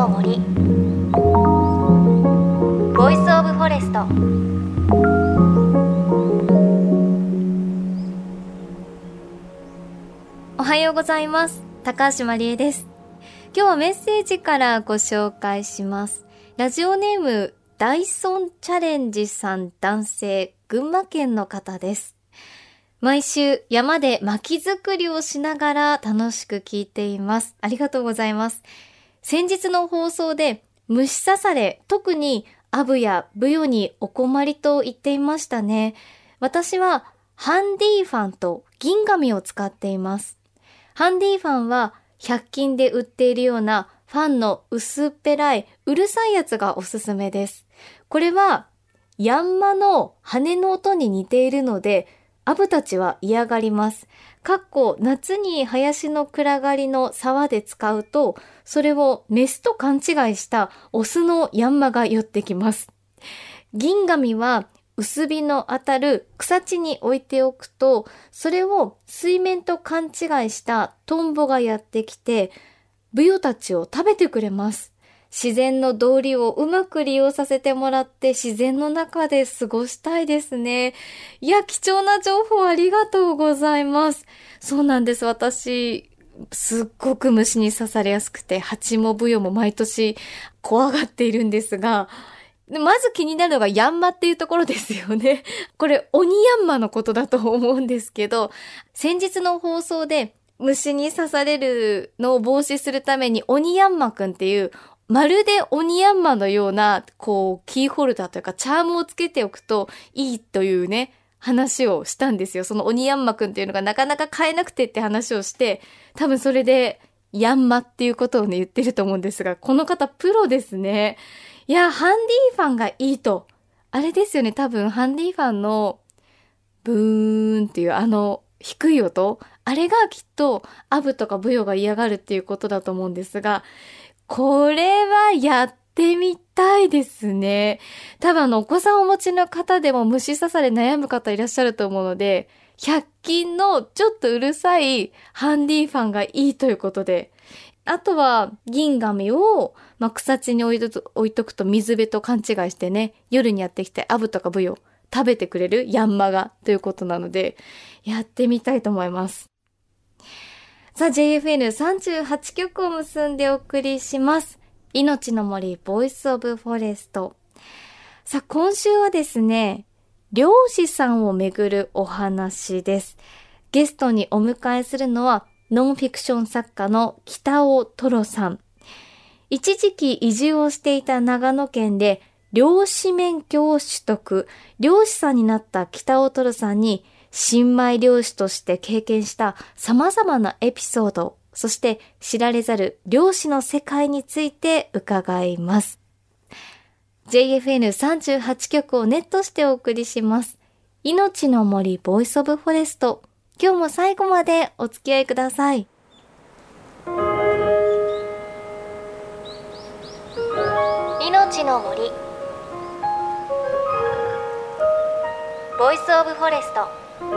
の森ボイスオブフォレスト。おはようございます。高橋まりえです。今日はメッセージからご紹介します。ラジオネームダイソンチャレンジさん、男性、群馬県の方です。毎週山で薪作りをしながら楽しく聞いています。ありがとうございます。先日の放送で虫刺され、特にアブやブヨにお困りと言っていましたね。私はハンディファンと銀紙を使っています。ハンディファンは100均で売っているようなファンの薄っぺらいうるさいやつがおすすめです。これはヤンマの羽の音に似ているのでアブたちは嫌がります。夏に林の暗がりの沢で使うと、それをメスと勘違いしたオスのヤンマが寄ってきます。銀紙は薄日の当たる草地に置いておくと、それを水面と勘違いしたトンボがやってきて、ブヨたちを食べてくれます。自然の道理をうまく利用させてもらって自然の中で過ごしたいですね。いや、貴重な情報ありがとうございます。そうなんです。私、すっごく虫に刺されやすくて、蜂もブヨも毎年怖がっているんですが、まず気になるのがヤンマっていうところですよね。これ鬼ヤンマのことだと思うんですけど、先日の放送で虫に刺されるのを防止するために鬼ヤンマくんっていうまるで鬼ヤンマのようなキーホルダーというかチャームをつけておくといいというね話をしたんですよ。その鬼ヤンマくんっていうのがなかなか買えなくてって話をして、多分それでヤンマっていうことをね言ってると思うんですが、この方プロですね。いや、ハンディファンがいいと、あれですよね、多分ハンディファンのブーンっていう低い音、あれがきっとアブとかブヨが嫌がるっていうことだと思うんですが、これはやってみたいですね。多分お子さんをお持ちの方でも虫刺され悩む方いらっしゃると思うので、100均のちょっとうるさいハンディファンがいいということで、あとは銀紙を、草地に置いとくと水辺と勘違いしてね、夜にやってきてアブとかブヨ食べてくれるヤンマがということなので、やってみたいと思います。さあ JFN38 曲を結んでお送りします。命の森ボイスオブフォレスト。さあ今週はですね、漁師さんをめぐるお話です。ゲストにお迎えするのはノンフィクション作家の北尾トロさん。一時期移住をしていた長野県で漁師免許を取得、漁師さんになった北尾トロさんに新米漁師として経験した様々なエピソード、そして知られざる漁師の世界について伺います。JFN38 局をネットしてお送りします。命の森ボイスオブフォレスト。今日も最後までお付き合いください。命の森ボイスオブフォレスト。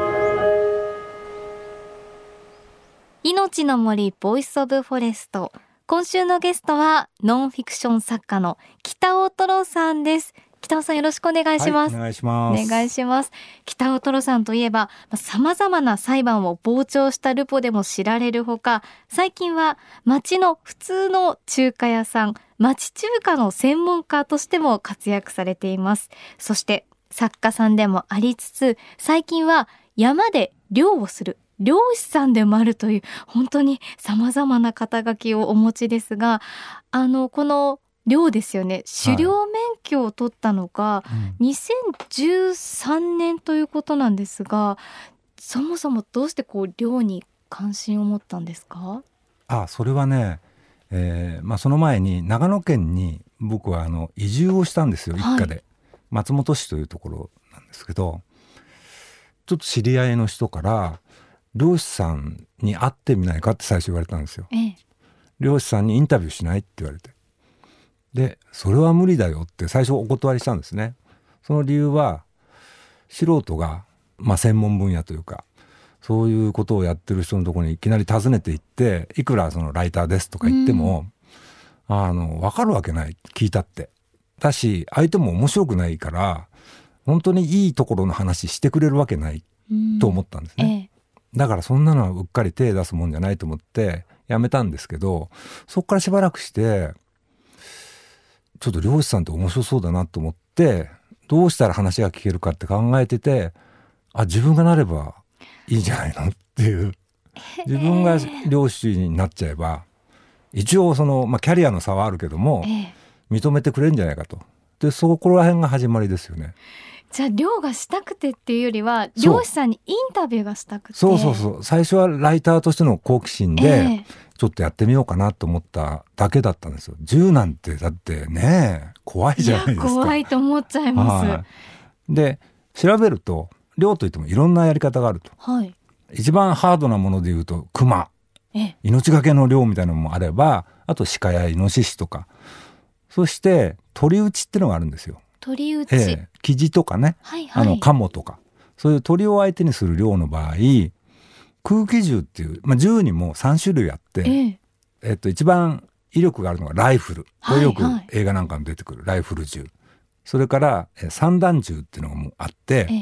命の森ボイスオブフォレスト。今週のゲストはノンフィクション作家の北尾トロさんです。北尾さんよろしくお願いします。 はい、お願いします。 お願いします。北尾トロさんといえば様々な裁判を傍聴したルポでも知られるほか、最近は町の普通の中華屋さん、町中華の専門家としても活躍されています。そして作家さんでもありつつ、最近は山で漁をする漁師さんでもあるという本当に様々な肩書きをお持ちですが、この漁ですよね、狩猟免許を取ったのが2013年ということなんですが、そもそもどうして漁に関心を持ったんですか？ それはね、その前に長野県に僕は移住をしたんですよ、一家で。松本市というところなんですけど、ちょっと知り合いの人から漁師さんに会ってみないかって最初言われたんですよ。漁師さんにインタビューしないって言われて、でそれは無理だよって最初お断りしたんですね。その理由は素人が、専門分野というかそういうことをやってる人のところにいきなり訪ねていって、いくらそのライターですとか言っても、 分かるわけない、聞いたって。だし相手も面白くないから本当にいいところの話してくれるわけないと思ったんですね、だからそんなのはうっかり手出すもんじゃないと思ってやめたんですけど、そこからしばらくしてちょっと漁師さんって面白そうだなと思って、どうしたら話が聞けるかって考えてて、自分がなればいいんじゃないのっていう、自分が漁師になっちゃえば一応キャリアの差はあるけども、認めてくれるんじゃないかと。でそこら辺が始まりですよね。 じゃあ漁がしたくてっていうよりは漁師さんにインタビューがしたくて。 そう最初はライターとしての好奇心で、ちょっとやってみようかなと思っただけだったんですよ。銃なんてだってね怖いじゃないですか。 怖いと思っちゃいます、 で調べると漁といってもいろんなやり方があると、一番ハードなものでいうとクマ、命がけの漁みたいなのもあれば、あと鹿やイノシシとか、そして鳥打ちってのがあるんですよ。 鳥打ち、 キジとかね、カモとか、そういう鳥を相手にする漁の場合、空気銃っていう、銃にも3種類あって、一番威力があるのがライフル、これよく映画なんかに出てくるライフル銃、それから散弾銃っていうのがもうあって、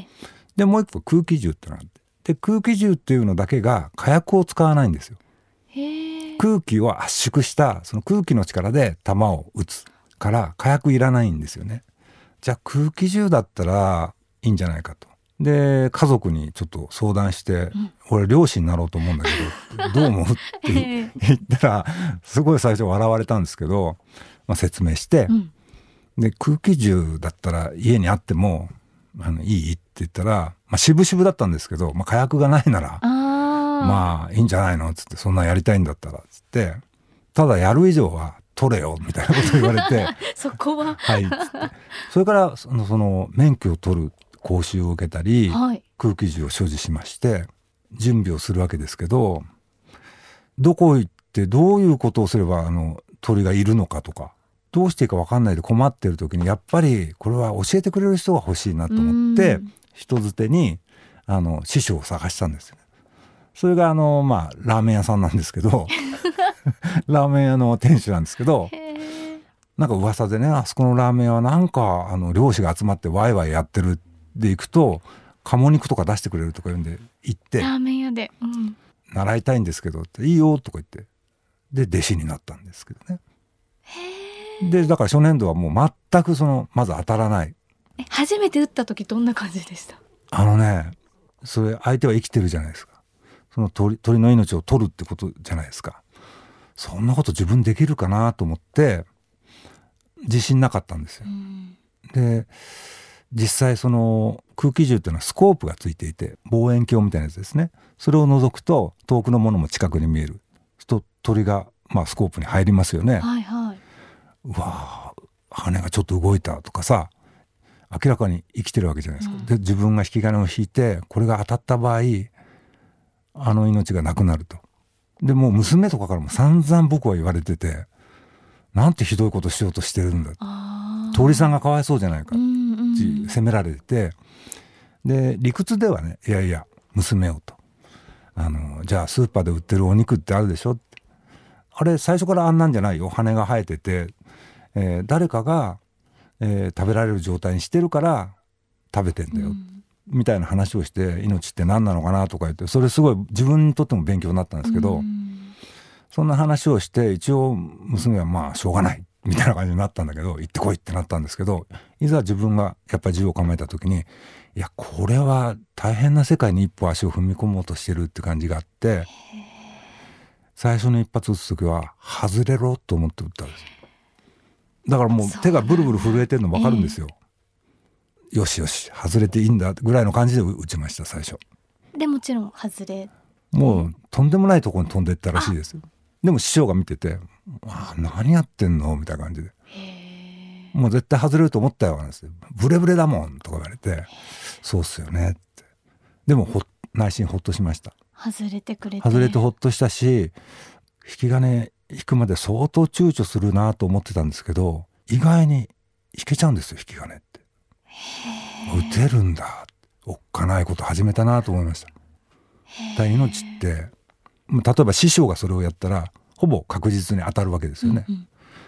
でもう一個空気銃っていうのがあって、で空気銃っていうのだけが火薬を使わないんですよ。空気を圧縮したその空気の力で弾を撃つから火薬いらないんですよね。じゃあ空気銃だったらいいんじゃないかと。で家族にちょっと相談して、俺漁師になろうと思うんだけどどう思うって言ったらすごい最初笑われたんですけど、説明して、で空気銃だったら家にあってもいいって言ったら、渋々だったんですけど、火薬がないならいいんじゃないのっつって、そんなやりたいんだったらっつって、ただやる以上は取れよみたいなこと言われてそこははいっつって、それからその免許を取る講習を受けたり、空気銃を所持しまして準備をするわけですけど、どこ行ってどういうことをすれば鳥がいるのかとか、どうしていいか分かんないで困ってる時にやっぱりこれは教えてくれる人が欲しいなと思って人づてに師匠を探したんですよね。それがラーメン屋さんなんですけどラーメン屋の店主なんですけど、なんか噂でね、あそこのラーメン屋はなんか漁師が集まってワイワイやってるで行くと鴨肉とか出してくれるとか言うんで行って、 ラーメン屋で、 習いたいんですけどっていいよとか言って、で弟子になったんですけどね。でだから初年度はもう全くまず当たらない。 初めて打った時どんな感じでした？ それ相手は生きてるじゃないですか。その鳥の命を取るってことじゃないですか。そんなこと自分できるかなと思って自信なかったんですよ。で実際空気銃っていうのはスコープがついていて、望遠鏡みたいなやつですね。それを覗くと遠くのものも近くに見えると鳥がスコープに入りますよね。うわー、羽がちょっと動いたとかさ、明らかに生きてるわけじゃないですか。で自分が引き金を引いてこれが当たった場合命がなくなると。でもう娘とかからも散々僕は言われてて、なんてひどいことしようとしてるんだ、鳥さんがかわいそうじゃないかって責められて、で理屈ではね、いやいや娘をと、じゃあスーパーで売ってるお肉ってあるでしょって、あれ最初からあんなんじゃないよ、羽が生えてて、誰かが、食べられる状態にしてるから食べてんだよ、みたいな話をして、命って何なのかなとか言って、それすごい自分にとっても勉強になったんですけど、そんな話をして一応娘はしょうがないみたいな感じになったんだけど、行ってこいってなったんですけど、いざ自分がやっぱり銃を構えた時に、いやこれは大変な世界に一歩足を踏み込もうとしてるって感じがあって、最初の一発撃つ時は外れろと思って撃ったんです。だからもう手がブルブル震えてるの分かるんですよ。よしよし外れていいんだぐらいの感じで撃ちました最初。でもちろん外れ、 もうとんでもないところに飛んでいったらしいですよ。でも師匠が見てて、何やってんのみたいな感じで、もう絶対外れると思ったよなんですよ。ブレブレだもんとか言われて、そうっすよねって。でも内心ほっとしました。 外れてくれて、 外れてほっとしたし、引き金引くまで相当躊躇するなと思ってたんですけど、意外に引けちゃうんですよ、引き金って。打てるんだ、おっかないこと始めたなと思いました。命って例えば師匠がそれをやったらほぼ確実に当たるわけですよね。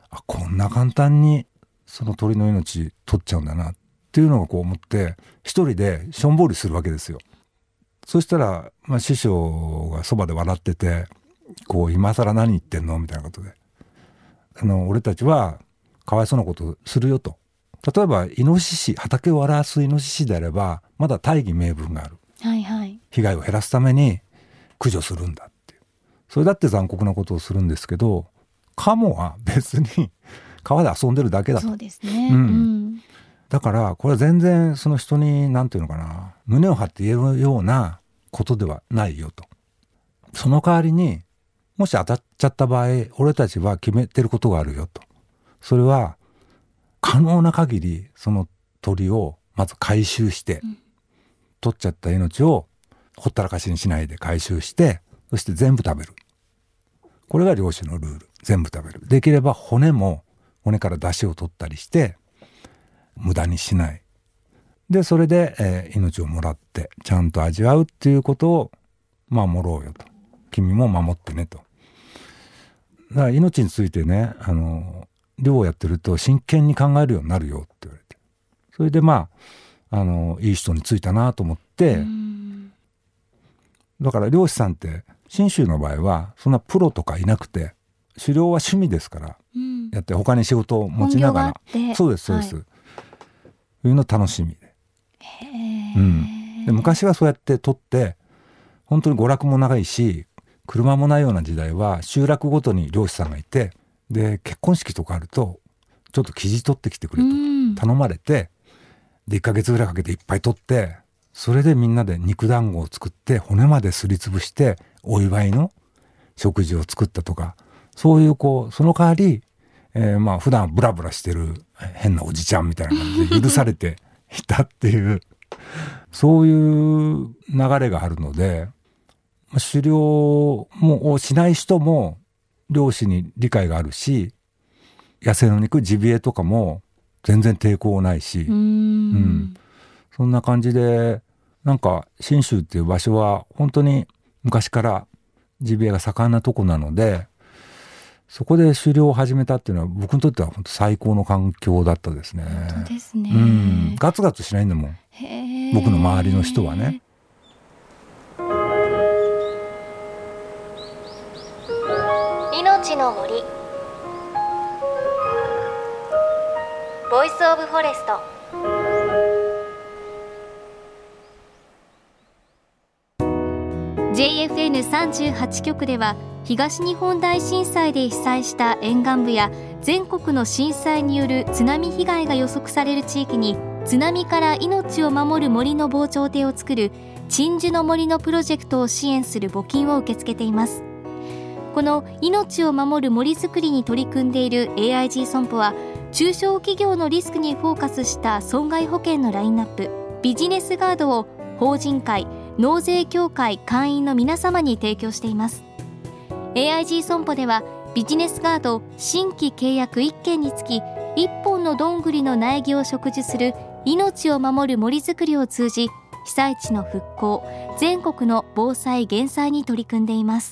こんな簡単にその鳥の命取っちゃうんだなっていうのをこう思って一人でしょんぼりするわけですよ。そしたら、師匠がそばで笑ってて、こう今更何言ってんのみたいなことで、俺たちはかわいそうなことするよと。例えばイノシシ、畑を荒らすイノシシであればまだ大義名分がある、 はいはい、 被害を減らすために駆除するんだっていう、それだって残酷なことをするんですけど、カモは別に川で遊んでるだけだと。 そうですね、 だからこれは全然その人になんていうのかな、胸を張って言えるようなことではないよと。その代わりにもし当たっちゃった場合、俺たちは決めてることがあるよと。それは可能な限りその鳥をまず回収して、取っちゃった命をほったらかしにしないで回収して、そして全部食べる。これが漁師のルール。全部食べる。できれば骨から出汁を取ったりして無駄にしない。でそれで、命をもらってちゃんと味わうっていうことを守ろうよと。君も守ってねと。だから命についてね、漁をやってると真剣に考えるようになるよって言われて、それでいい人についたなと思って、だから漁師さんって信州の場合はそんなプロとかいなくて、狩猟は趣味ですからやって、他に仕事を持ちながら、そうですそうです、はい、いうの楽しみで、で昔はそうやって取って本当に娯楽も長いし車もないような時代は集落ごとに漁師さんがいて、で結婚式とかあるとちょっと生地取ってきてくれと頼まれて、で1ヶ月ぐらいかけていっぱい取って、それでみんなで肉団子を作って骨まですりつぶしてお祝いの食事を作ったとか、そういうその代わり、普段ブラブラしてる変なおじちゃんみたいな感じで許されていたっていうそういう流れがあるので、狩猟をしない人も漁師に理解があるし、野生の肉、ジビエとかも全然抵抗ないし、そんな感じで、なんか信州っていう場所は本当に昔からジビエが盛んなとこなので、そこで狩猟を始めたっていうのは僕にとっては本当最高の環境だったですね。 本当ですね、 ガツガツしないんだもん、僕の周りの人はね。 命の森、ボイスオブフォレスト。JFN38 局では東日本大震災で被災した沿岸部や全国の震災による津波被害が予測される地域に津波から命を守る森の防潮堤を作る鎮守の森のプロジェクトを支援する募金を受け付けています。この命を守る森づくりに取り組んでいる AIG 損保は、中小企業のリスクにフォーカスした損害保険のラインナップビジネスガードを法人会、納税協会会員の皆様に提供しています。 AIG 損保ではビジネスガード新規契約1件につき1本のどんぐりの苗木を植樹する命を守る森づくりを通じ、被災地の復興、全国の防災減災に取り組んでいます。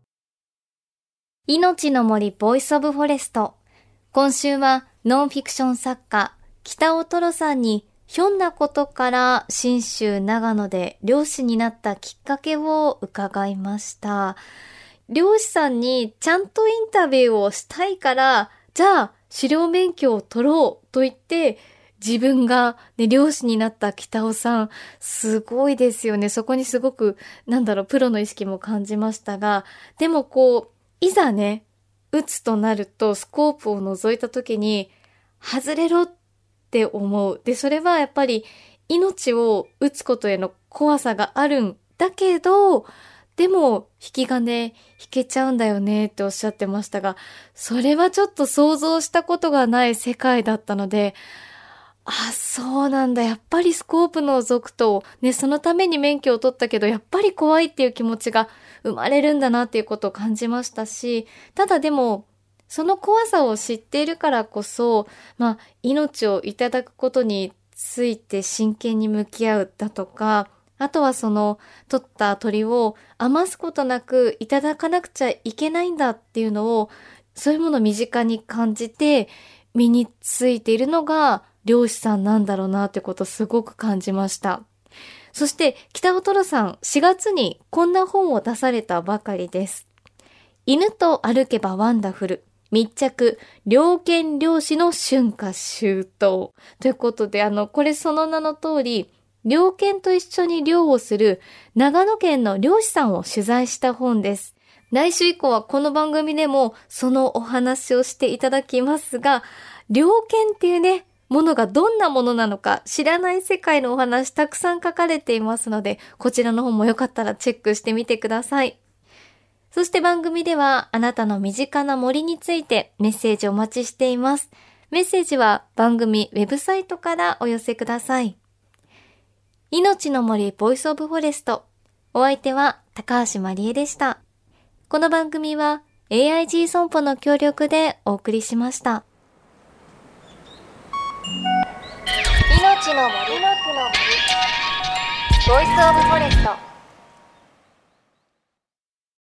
命の森ボイスオブフォレスト。今週はノンフィクション作家北尾トロさんに、ひょんなことから信州長野で漁師になったきっかけを伺いました。漁師さんにちゃんとインタビューをしたいから、じゃあ狩猟免許を取ろうと言って自分が、漁師になった北尾さん、すごいですよね。そこにすごくプロの意識も感じましたが、でもいざね撃つとなるとスコープを覗いた時に外れろって思う。でそれはやっぱり命を撃つことへの怖さがあるんだけど、でも引き金引けちゃうんだよねっておっしゃってましたが、それはちょっと想像したことがない世界だったので、そうなんだ、やっぱりスコープの覗くとそのために免許を取ったけどやっぱり怖いっていう気持ちが生まれるんだなっていうことを感じましたし、ただでもその怖さを知っているからこそ、命をいただくことについて真剣に向き合うだとか、あとはその取った鳥を余すことなくいただかなくちゃいけないんだっていうのをそういうものを身近に感じて身についているのが漁師さんなんだろうなってことをすごく感じました。そして北尾トロさん、4月にこんな本を出されたばかりです。犬と歩けばワンダフル。密着、猟犬漁師の春夏秋冬。ということで、これその名の通り、猟犬と一緒に漁をする長野県の漁師さんを取材した本です。来週以降はこの番組でもそのお話をしていただきますが、猟犬っていうね、ものがどんなものなのか知らない世界のお話たくさん書かれていますので、こちらの本もよかったらチェックしてみてください。そして番組ではあなたの身近な森についてメッセージお待ちしています。メッセージは番組ウェブサイトからお寄せください。命の森ボイスオブフォレスト。お相手は高橋まりえでした。この番組は AIG 損保の協力でお送りしました。命の森ボイスオブフォレスト。